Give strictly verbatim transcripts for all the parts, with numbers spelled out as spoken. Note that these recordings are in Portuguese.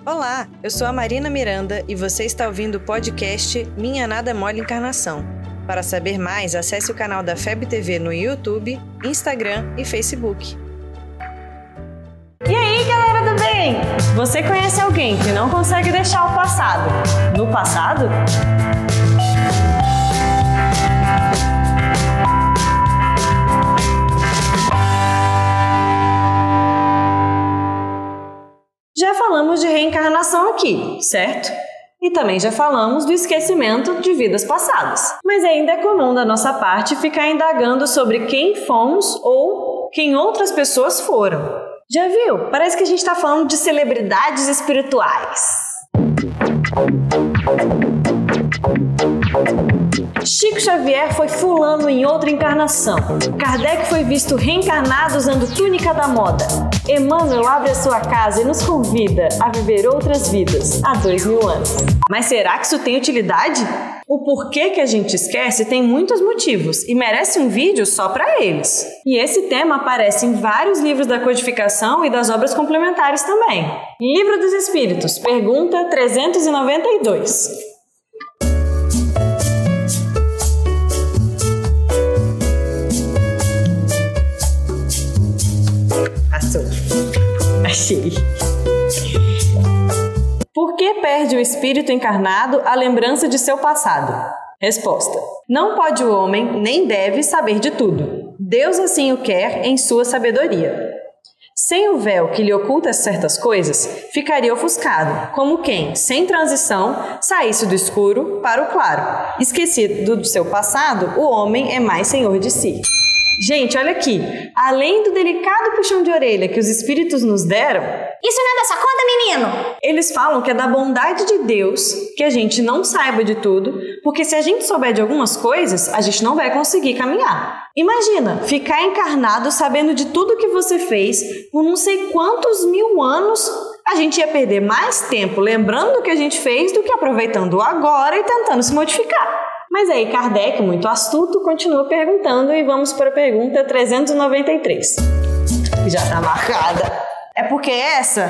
Olá, eu sou a Marina Miranda e você está ouvindo o podcast Minha Nada Mole Encarnação. Para saber mais, acesse o canal da F E B T V no YouTube, Instagram e Facebook. E aí, galera do bem? Você conhece alguém que não consegue deixar o passado no passado? Já falamos de reencarnação aqui, certo? E também já falamos do esquecimento de vidas passadas. Mas ainda é comum da nossa parte ficar indagando sobre quem fomos ou quem outras pessoas foram. Já viu? Parece que a gente está falando de celebridades espirituais. Chico Xavier foi fulano em outra encarnação. Kardec foi visto reencarnado usando túnica da moda. Emmanuel abre a sua casa e nos convida a viver outras vidas há dois mil anos. Mas será que isso tem utilidade? O porquê que a gente esquece tem muitos motivos e merece um vídeo só para eles. E esse tema aparece em vários livros da codificação e das obras complementares também. Livro dos Espíritos, pergunta trezentos e noventa e dois. Passou. Achei. Por que perde o espírito encarnado a lembrança de seu passado? Resposta: não pode o homem, nem deve saber de tudo. Deus assim o quer em sua sabedoria. Sem o véu que lhe oculta certas coisas, ficaria ofuscado, como quem, sem transição, saísse do escuro para o claro. Esquecido do seu passado, o homem é mais senhor de si. Gente, olha aqui, além do delicado puxão de orelha que os espíritos nos deram, isso não é da sua conta, menino? Eles falam que é da bondade de Deus que a gente não saiba de tudo, porque se a gente souber de algumas coisas, a gente não vai conseguir caminhar. Imagina, ficar encarnado sabendo de tudo que você fez por não sei quantos mil anos, a gente ia perder mais tempo lembrando do que a gente fez do que aproveitando o agora e tentando se modificar. Mas aí Kardec, muito astuto, continua perguntando e vamos para a pergunta trezentos e noventa e três. Já está marcada. É porque essa,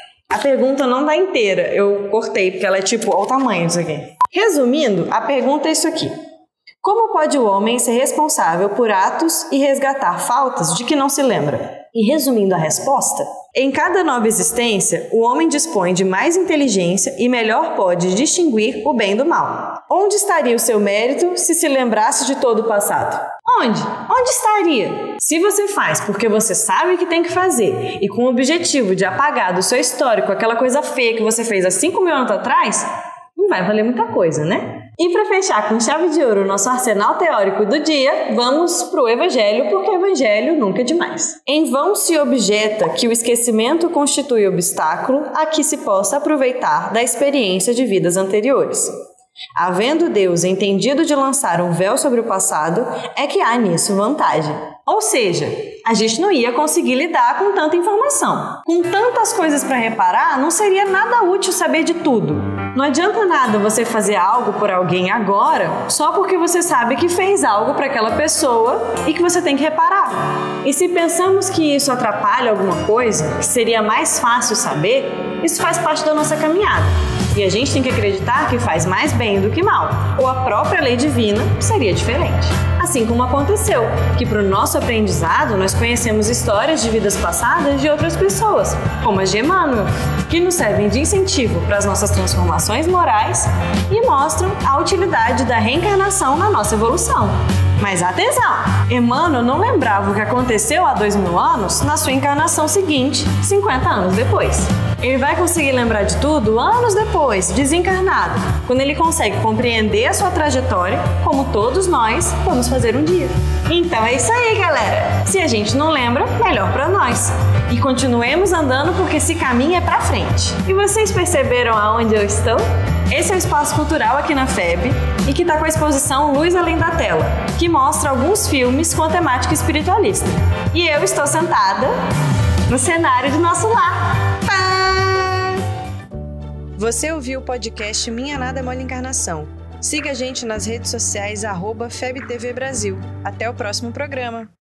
a pergunta não está inteira. Eu cortei porque ela é tipo, olha o tamanho disso aqui. Resumindo, a pergunta é isso aqui. Como pode o homem ser responsável por atos e resgatar faltas de que não se lembra? E resumindo a resposta, em cada nova existência, o homem dispõe de mais inteligência e melhor pode distinguir o bem do mal. Onde estaria o seu mérito se se lembrasse de todo o passado? Onde? Onde estaria? Se você faz porque você sabe o que tem que fazer e com o objetivo de apagar do seu histórico aquela coisa feia que você fez há cinco mil anos atrás, não vai valer muita coisa, né? E para fechar com chave de ouro o nosso arsenal teórico do dia, vamos para o Evangelho, porque o Evangelho nunca é demais. Em vão se objeta que o esquecimento constitui obstáculo a que se possa aproveitar da experiência de vidas anteriores. Havendo Deus entendido de lançar um véu sobre o passado, é que há nisso vantagem. Ou seja, a gente não ia conseguir lidar com tanta informação. Com tantas coisas para reparar, não seria nada útil saber de tudo. Não adianta nada você fazer algo por alguém agora só porque você sabe que fez algo para aquela pessoa e que você tem que reparar. E se pensamos que isso atrapalha alguma coisa, que seria mais fácil saber, isso faz parte da nossa caminhada. E a gente tem que acreditar que faz mais bem do que mal, ou a própria lei divina seria diferente. Assim como aconteceu, que para o nosso aprendizado nós conhecemos histórias de vidas passadas de outras pessoas, como as de Emmanuel, que nos servem de incentivo para as nossas transformações morais e mostram a utilidade da reencarnação na nossa evolução. Mas atenção! Emmanuel não lembrava o que aconteceu há dois mil anos na sua encarnação seguinte, cinquenta anos depois. Ele vai conseguir lembrar de tudo anos depois, desencarnado, quando ele consegue compreender a sua trajetória, como todos nós vamos fazer um dia. Então é isso aí, galera! Se a gente não lembra, melhor para nós. E continuemos andando porque esse caminho é para frente. E vocês perceberam aonde eu estou? Esse é o Espaço Cultural aqui na F E B e que está com a exposição Luz Além da Tela, que mostra alguns filmes com a temática espiritualista. E eu estou sentada no cenário do nosso lar. Você ouviu o podcast Minha Nada Mole Encarnação. Siga a gente nas redes sociais arroba F E B T V Brasil. Até o próximo programa.